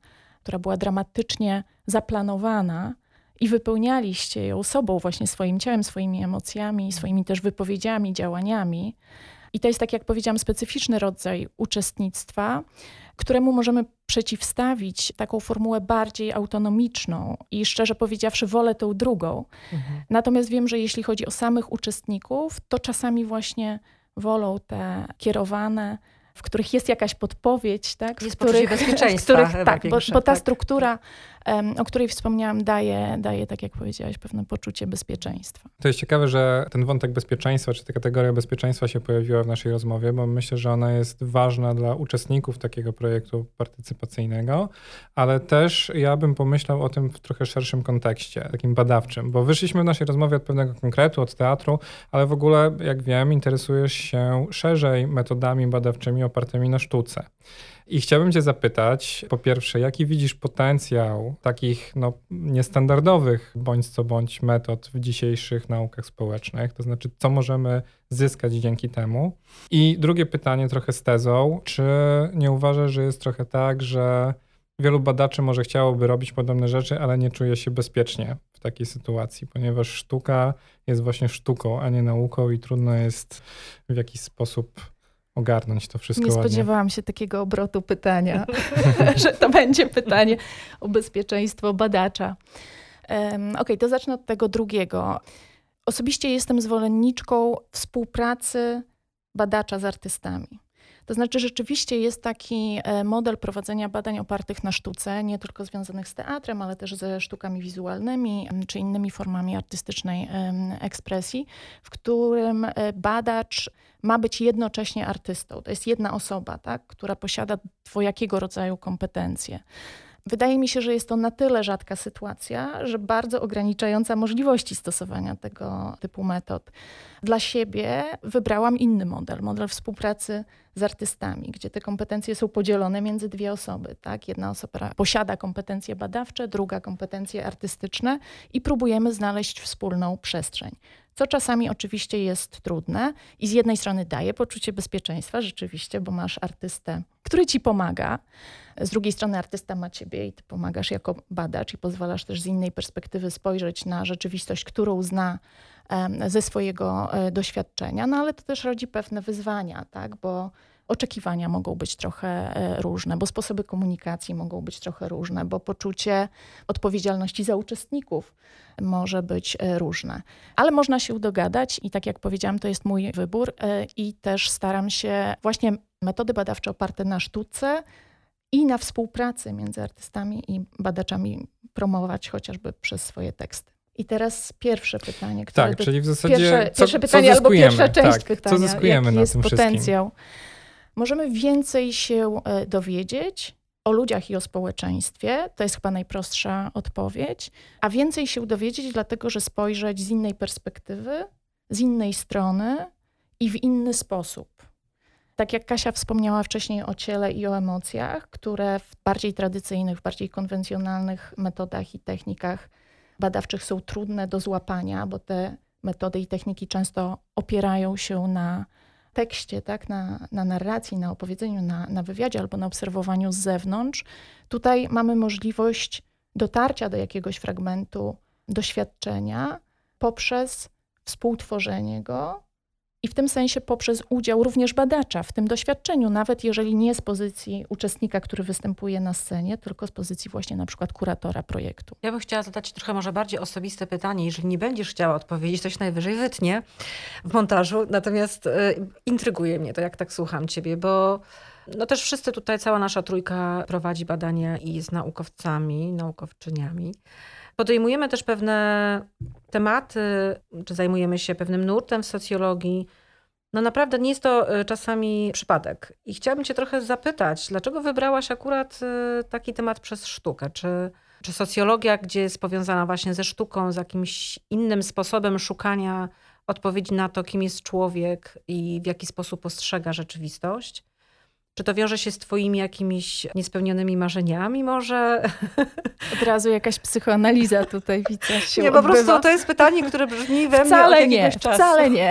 która była dramatycznie zaplanowana i wypełnialiście ją sobą, właśnie swoim ciałem, swoimi emocjami, swoimi też wypowiedziami, działaniami. I to jest, tak jak powiedziałam, specyficzny rodzaj uczestnictwa, któremu możemy przeciwstawić taką formułę bardziej autonomiczną i szczerze powiedziawszy wolę tą drugą. Mhm. Natomiast wiem, że jeśli chodzi o samych uczestników, to czasami właśnie wolą te kierowane, w których jest jakaś podpowiedź, tak? Jest w których, bezpieczeństwa. W których, tak, większe, bo, bo ta tak. struktura, um, o której wspomniałam, daje, daje, tak jak powiedziałaś, pewne poczucie bezpieczeństwa. To jest ciekawe, że ten wątek bezpieczeństwa, czy ta kategoria bezpieczeństwa się pojawiła w naszej rozmowie, bo myślę, że ona jest ważna dla uczestników takiego projektu partycypacyjnego, ale też ja bym pomyślał o tym w trochę szerszym kontekście, takim badawczym, bo wyszliśmy w naszej rozmowie od pewnego konkretu, od teatru, ale w ogóle, jak wiem, interesujesz się szerzej metodami badawczymi opartymi na sztuce. I chciałbym cię zapytać, po pierwsze, jaki widzisz potencjał takich no, niestandardowych bądź co bądź metod w dzisiejszych naukach społecznych, to znaczy co możemy zyskać dzięki temu? I drugie pytanie trochę z tezą, czy nie uważasz, że jest trochę tak, że wielu badaczy może chciałoby robić podobne rzeczy, ale nie czuje się bezpiecznie w takiej sytuacji, ponieważ sztuka jest właśnie sztuką, a nie nauką i trudno jest w jakiś sposób ogarnąć to wszystko Nie ładnie. spodziewałam się takiego obrotu pytania, że to będzie pytanie o bezpieczeństwo badacza. Um, Okej, okay, to zacznę od tego drugiego. Osobiście jestem zwolenniczką współpracy badacza z artystami. To znaczy rzeczywiście jest taki model prowadzenia badań opartych na sztuce, nie tylko związanych z teatrem, ale też ze sztukami wizualnymi czy innymi formami artystycznej ekspresji, w którym badacz ma być jednocześnie artystą. To jest jedna osoba, tak, która posiada dwojakiego rodzaju kompetencje. Wydaje mi się, że jest to na tyle rzadka sytuacja, że bardzo ograniczająca możliwości stosowania tego typu metod. Dla siebie wybrałam inny model, model współpracy z artystami, gdzie te kompetencje są podzielone między dwie osoby. Tak? Jedna osoba posiada kompetencje badawcze, druga kompetencje artystyczne i próbujemy znaleźć wspólną przestrzeń. Co czasami oczywiście jest trudne i z jednej strony daje poczucie bezpieczeństwa rzeczywiście, bo masz artystę, który ci pomaga. Z drugiej strony artysta ma ciebie i ty pomagasz jako badacz i pozwalasz też z innej perspektywy spojrzeć na rzeczywistość, którą zna ze swojego doświadczenia, no ale to też rodzi pewne wyzwania, tak? Bo oczekiwania mogą być trochę różne, bo sposoby komunikacji mogą być trochę różne, bo poczucie odpowiedzialności za uczestników może być różne. Ale można się dogadać i tak jak powiedziałam, to jest mój wybór i też staram się właśnie metody badawcze oparte na sztuce i na współpracy między artystami i badaczami promować chociażby przez swoje teksty. I teraz pierwsze pytanie. Które tak, do... czyli w zasadzie pierwsze, co, pierwsze co pytanie albo pierwsza część tak, pytania. Co zyskujemy jaki na jest tym potencjał? wszystkim? Możemy więcej się dowiedzieć o ludziach i o społeczeństwie. To jest chyba najprostsza odpowiedź. A więcej się dowiedzieć dlatego, że spojrzeć z innej perspektywy, z innej strony i w inny sposób. Tak jak Kasia wspomniała wcześniej o ciele i o emocjach, które w bardziej tradycyjnych, bardziej konwencjonalnych metodach i technikach badawczych są trudne do złapania, bo te metody i techniki często opierają się na tekście, tak? na, na narracji, na opowiedzeniu, na, na wywiadzie albo na obserwowaniu z zewnątrz. Tutaj mamy możliwość dotarcia do jakiegoś fragmentu doświadczenia poprzez współtworzenie go i w tym sensie poprzez udział również badacza w tym doświadczeniu, nawet jeżeli nie z pozycji uczestnika, który występuje na scenie, tylko z pozycji właśnie na przykład kuratora projektu. Ja bym chciała zadać trochę może bardziej osobiste pytanie. Jeżeli nie będziesz chciała odpowiedzieć, to się najwyżej wytnie w montażu. Natomiast y, intryguje mnie to, jak tak słucham ciebie, bo no też wszyscy tutaj, cała nasza trójka prowadzi badania i jest naukowcami, naukowczyniami. Podejmujemy też pewne tematy, czy zajmujemy się pewnym nurtem w socjologii. No naprawdę nie jest to czasami przypadek. I chciałabym cię trochę zapytać, dlaczego wybrałaś akurat taki temat przez sztukę? Czy, czy socjologia, gdzie jest powiązana właśnie ze sztuką, z jakimś innym sposobem szukania odpowiedzi na to, kim jest człowiek i w jaki sposób postrzega rzeczywistość, Czy to wiąże się z twoimi jakimiś niespełnionymi marzeniami może? Od razu jakaś psychoanaliza tutaj widzę się Nie, po odbywa. prostu to jest pytanie, które brzmi we mnie Wcale od nie, jakiegoś czasu. wcale nie.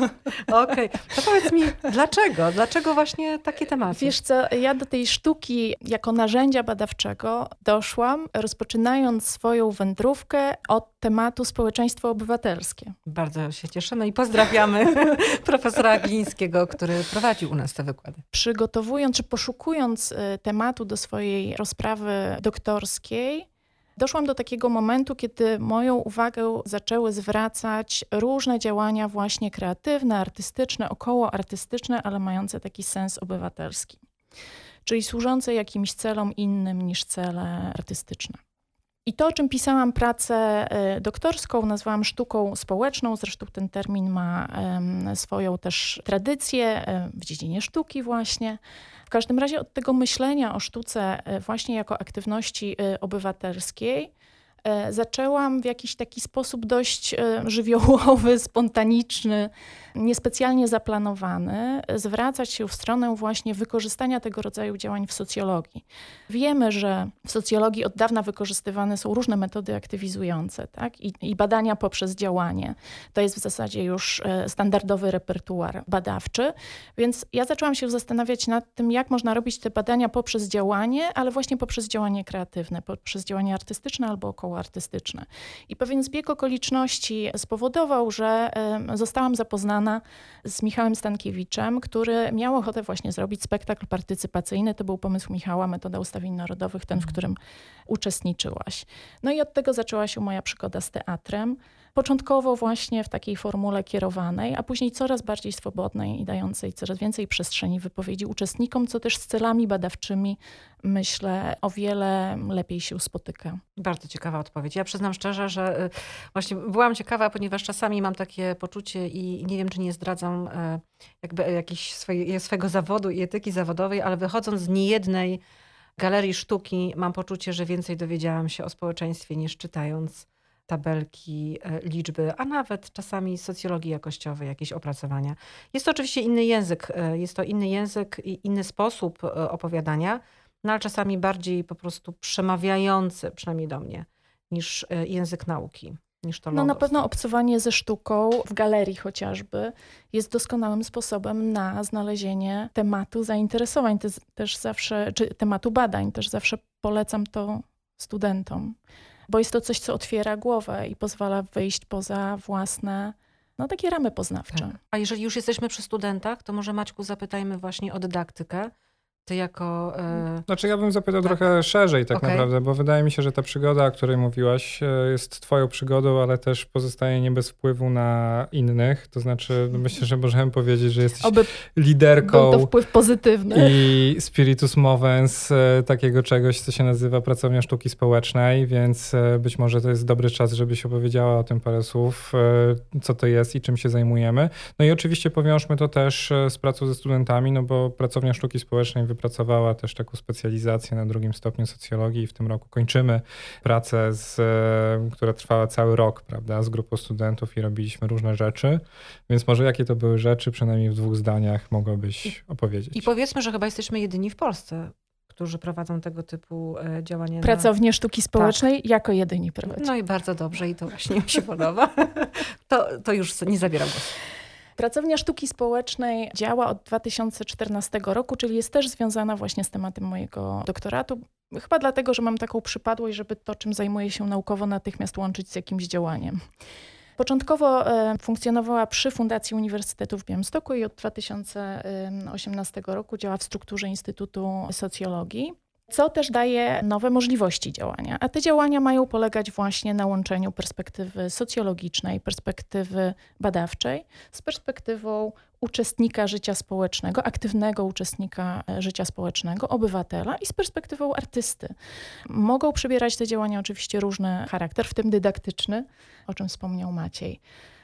Okej, to powiedz mi, dlaczego? Dlaczego właśnie takie tematy? Wiesz co, ja do tej sztuki jako narzędzia badawczego doszłam, rozpoczynając swoją wędrówkę od tematu społeczeństwo obywatelskie. Bardzo się cieszymy i pozdrawiamy profesora Glińskiego, który prowadził u nas te wykłady. Przygotowując czy poszukując tematu do swojej rozprawy doktorskiej, doszłam do takiego momentu, kiedy moją uwagę zaczęły zwracać różne działania właśnie kreatywne, artystyczne, okołoartystyczne, ale mające taki sens obywatelski. Czyli służące jakimś celom innym niż cele artystyczne. I to, o czym pisałam pracę doktorską, nazwałam sztuką społeczną. Zresztą ten termin ma swoją też tradycję w dziedzinie sztuki właśnie. W każdym razie od tego myślenia o sztuce właśnie jako aktywności obywatelskiej zaczęłam w jakiś taki sposób dość żywiołowy, spontaniczny, niespecjalnie zaplanowany, zwracać się w stronę właśnie wykorzystania tego rodzaju działań w socjologii. Wiemy, że w socjologii od dawna wykorzystywane są różne metody aktywizujące, tak? I, i badania poprzez działanie. To jest w zasadzie już standardowy repertuar badawczy, więc ja zaczęłam się zastanawiać nad tym, jak można robić te badania poprzez działanie, ale właśnie poprzez działanie kreatywne, poprzez działanie artystyczne albo okołoartystyczne. I pewien zbieg okoliczności spowodował, że zostałam zapoznana z Michałem Stankiewiczem, który miał ochotę właśnie zrobić spektakl partycypacyjny. To był pomysł Michała, metoda ustawień narodowych, ten, w którym uczestniczyłaś. No i od tego zaczęła się moja przygoda z teatrem. Początkowo właśnie w takiej formule kierowanej, a później coraz bardziej swobodnej i dającej coraz więcej przestrzeni wypowiedzi uczestnikom, co też z celami badawczymi, myślę, o wiele lepiej się spotyka. Bardzo ciekawa odpowiedź. Ja przyznam szczerze, że właśnie byłam ciekawa, ponieważ czasami mam takie poczucie i nie wiem, czy nie zdradzam jakby jakiś swojej, swojego zawodu i etyki zawodowej, ale wychodząc z niejednej galerii sztuki, mam poczucie, że więcej dowiedziałam się o społeczeństwie niż czytając tabelki, liczby, a nawet czasami socjologii jakościowej, jakieś opracowania. Jest to oczywiście inny język, jest to inny język i inny sposób opowiadania, no ale czasami bardziej po prostu przemawiający, przynajmniej do mnie, niż język nauki, niż to logos. No na pewno obcowanie ze sztuką w galerii chociażby jest doskonałym sposobem na znalezienie tematu zainteresowań, też zawsze, czy tematu badań, też zawsze polecam to studentom. Bo jest to coś, co otwiera głowę i pozwala wyjść poza własne, no takie ramy poznawcze. Tak. A jeżeli już jesteśmy przy studentach, to może Maćku zapytajmy właśnie o dydaktykę. Ty jako... Yy... Znaczy ja bym zapytał tak. trochę szerzej tak okay. naprawdę, bo wydaje mi się, że ta przygoda, o której mówiłaś, jest twoją przygodą, ale też pozostaje nie bez wpływu na innych. To znaczy myślę, że możemy powiedzieć, że jesteś Oby liderką. Był to wpływ pozytywny. I spiritus movens takiego czegoś, co się nazywa Pracownia Sztuki Społecznej, więc być może to jest dobry czas, żebyś opowiedziała o tym parę słów, co to jest i czym się zajmujemy. No i oczywiście powiążmy to też z pracą ze studentami, no bo Pracownia Sztuki Społecznej wypracowała też taką specjalizację na drugim stopniu socjologii i w tym roku kończymy pracę, z, która trwała cały rok, prawda, z grupą studentów i robiliśmy różne rzeczy, więc może jakie to były rzeczy, przynajmniej w dwóch zdaniach mogłabyś opowiedzieć. I powiedzmy, że chyba jesteśmy jedyni w Polsce, którzy prowadzą tego typu działania. Pracownię na... Sztuki Społecznej tak. jako jedyni prowadzą. No i bardzo dobrze i to właśnie mi się podoba. To, to już nie zabieram głosu. Pracownia Sztuki Społecznej działa od dwa tysiące czternastego roku, czyli jest też związana właśnie z tematem mojego doktoratu. Chyba dlatego, że mam taką przypadłość, żeby to, czym zajmuję się naukowo, natychmiast łączyć z jakimś działaniem. Początkowo e, funkcjonowała przy Fundacji Uniwersytetu w Białymstoku i od dwa tysiące osiemnastego roku działa w strukturze Instytutu Socjologii, co też daje nowe możliwości działania. A te działania mają polegać właśnie na łączeniu perspektywy socjologicznej, perspektywy badawczej z perspektywą uczestnika życia społecznego, aktywnego uczestnika życia społecznego, obywatela i z perspektywą artysty. Mogą przybierać te działania oczywiście różny charakter, w tym dydaktyczny, o czym wspomniał Maciej.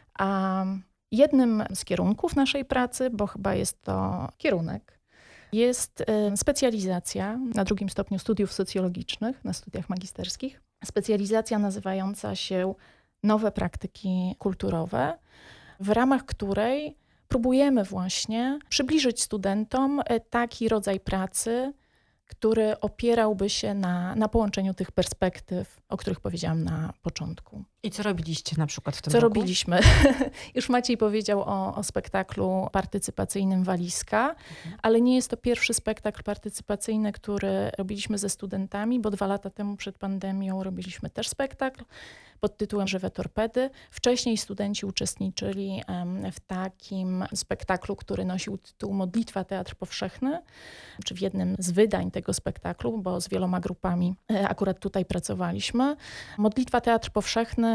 A jednym z kierunków naszej pracy, bo chyba jest to kierunek, jest specjalizacja na drugim stopniu studiów socjologicznych, na studiach magisterskich. Specjalizacja nazywająca się Nowe praktyki kulturowe, w ramach której próbujemy właśnie przybliżyć studentom taki rodzaj pracy, który opierałby się na, na połączeniu tych perspektyw, o których powiedziałam na początku. I co robiliście na przykład w tym Co roku? robiliśmy? Już Maciej powiedział o, o spektaklu partycypacyjnym Walizka, mhm. ale nie jest to pierwszy spektakl partycypacyjny, który robiliśmy ze studentami, bo dwa lata temu przed pandemią robiliśmy też spektakl pod tytułem Żywe torpedy. Wcześniej studenci uczestniczyli w takim spektaklu, który nosił tytuł Modlitwa Teatr Powszechny, czy w jednym z wydań tego spektaklu, bo z wieloma grupami akurat tutaj pracowaliśmy. Modlitwa Teatr Powszechny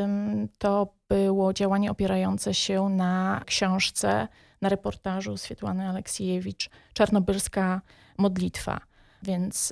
to było działanie opierające się na książce, na reportażu Swietłany Aleksiejewicz Czarnobylska modlitwa, więc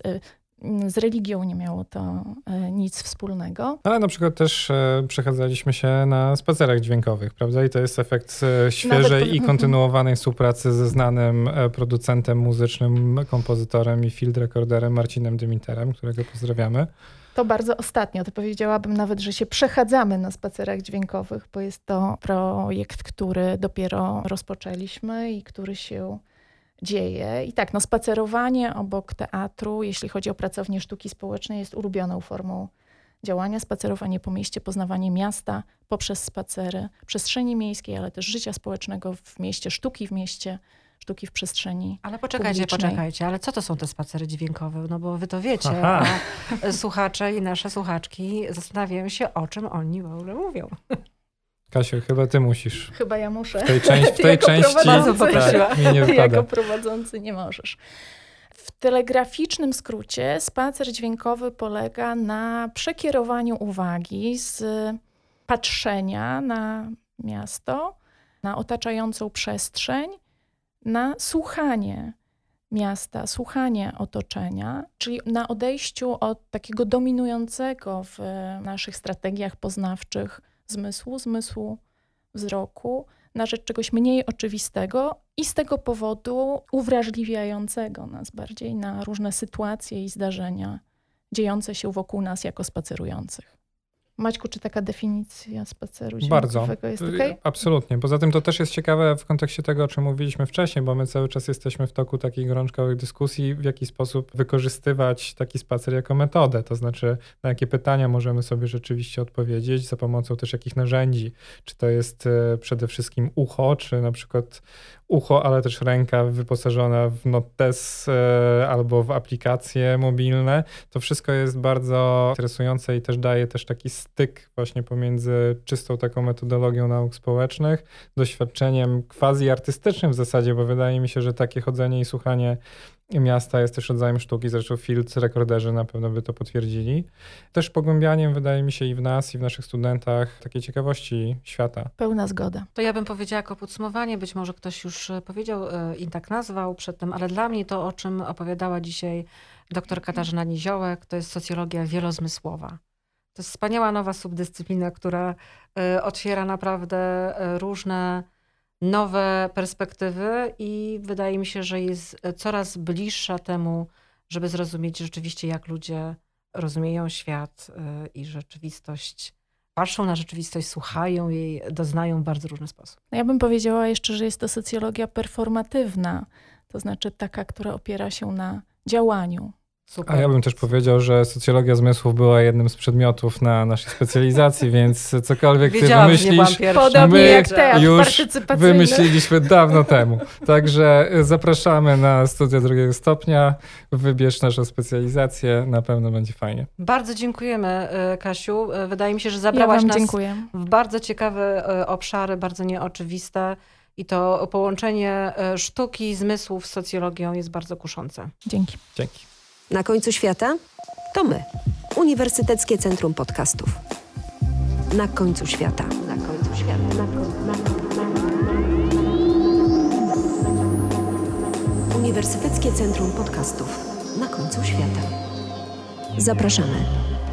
z religią nie miało to nic wspólnego. Ale na przykład też przechadzaliśmy się na spacerach dźwiękowych, prawda? I to jest efekt świeżej Nawet... i kontynuowanej współpracy ze znanym producentem muzycznym, kompozytorem i field recorderem Marcinem Dymiterem, którego pozdrawiamy. To bardzo ostatnio, to powiedziałabym nawet, że się przechadzamy na spacerach dźwiękowych, bo jest to projekt, który dopiero rozpoczęliśmy i który się dzieje. I tak, no spacerowanie obok teatru, jeśli chodzi o pracownię sztuki społecznej, jest ulubioną formą działania. Spacerowanie po mieście, poznawanie miasta poprzez spacery, przestrzeni miejskiej, ale też życia społecznego w mieście, sztuki w mieście, sztuki w przestrzeni Ale poczekajcie, publicznej. poczekajcie, ale co to są te spacery dźwiękowe? No bo wy to wiecie, Aha. a słuchacze i nasze słuchaczki zastanawiają się, o czym oni w ogóle mówią. Kasiu, chyba ty musisz. Chyba ja muszę. W tej, części, w tej części tak, mi nie wypada. Jako prowadzący nie możesz. W telegraficznym skrócie spacer dźwiękowy polega na przekierowaniu uwagi z patrzenia na miasto, na otaczającą przestrzeń, na słuchanie miasta, słuchanie otoczenia, czyli na odejściu od takiego dominującego w naszych strategiach poznawczych zmysłu, zmysłu wzroku, na rzecz czegoś mniej oczywistego i z tego powodu uwrażliwiającego nas bardziej na różne sytuacje i zdarzenia dziejące się wokół nas jako spacerujących. Maćku, czy taka definicja spaceru dźwiękowego Bardzo. jest okej? Absolutnie. Poza tym to też jest ciekawe w kontekście tego, o czym mówiliśmy wcześniej, bo my cały czas jesteśmy w toku takich gorączkowych dyskusji, w jaki sposób wykorzystywać taki spacer jako metodę. To znaczy, na jakie pytania możemy sobie rzeczywiście odpowiedzieć, za pomocą też jakich narzędzi. Czy to jest przede wszystkim ucho, czy na przykład ucho, ale też ręka wyposażona w notes albo w aplikacje mobilne. To wszystko jest bardzo interesujące i też daje też taki styk właśnie pomiędzy czystą taką metodologią nauk społecznych, doświadczeniem quasi artystycznym w zasadzie, bo wydaje mi się, że takie chodzenie i słuchanie miasta jest też rodzajem sztuki, zresztą field recorderzy na pewno by to potwierdzili. Też pogłębianiem wydaje mi się i w nas, i w naszych studentach takiej ciekawości świata. Pełna zgoda. To ja bym powiedziała jako podsumowanie, być może ktoś już powiedział i tak nazwał przedtem, ale dla mnie to, o czym opowiadała dzisiaj dr Katarzyna Niziołek, to jest socjologia wielozmysłowa. To jest wspaniała nowa subdyscyplina, która otwiera naprawdę różne nowe perspektywy i wydaje mi się, że jest coraz bliższa temu, żeby zrozumieć rzeczywiście, jak ludzie rozumieją świat i rzeczywistość, patrzą na rzeczywistość, słuchają jej, doznają w bardzo różny sposób. No ja bym powiedziała jeszcze, że jest to socjologia performatywna, to znaczy taka, która opiera się na działaniu. Super. A ja bym też powiedział, że socjologia zmysłów była jednym z przedmiotów na naszej specjalizacji, więc cokolwiek Wiedziałam, ty wymyślisz, Podobnie my jak teatr już wymyśliliśmy dawno temu. Także zapraszamy na studia drugiego stopnia, wybierz naszą specjalizację, na pewno będzie fajnie. Bardzo dziękujemy, Kasiu. Wydaje mi się, że zabrałaś ja nas dziękuję. w bardzo ciekawe obszary, bardzo nieoczywiste i to połączenie sztuki, zmysłów z socjologią jest bardzo kuszące. Dzięki. Dzięki. Na końcu świata? To my, Uniwersyteckie Centrum Podcastów. Na końcu świata. Na końcu świata. Na końcu, na końcu, na końcu. Uniwersyteckie Centrum Podcastów. Na końcu świata. Zapraszamy.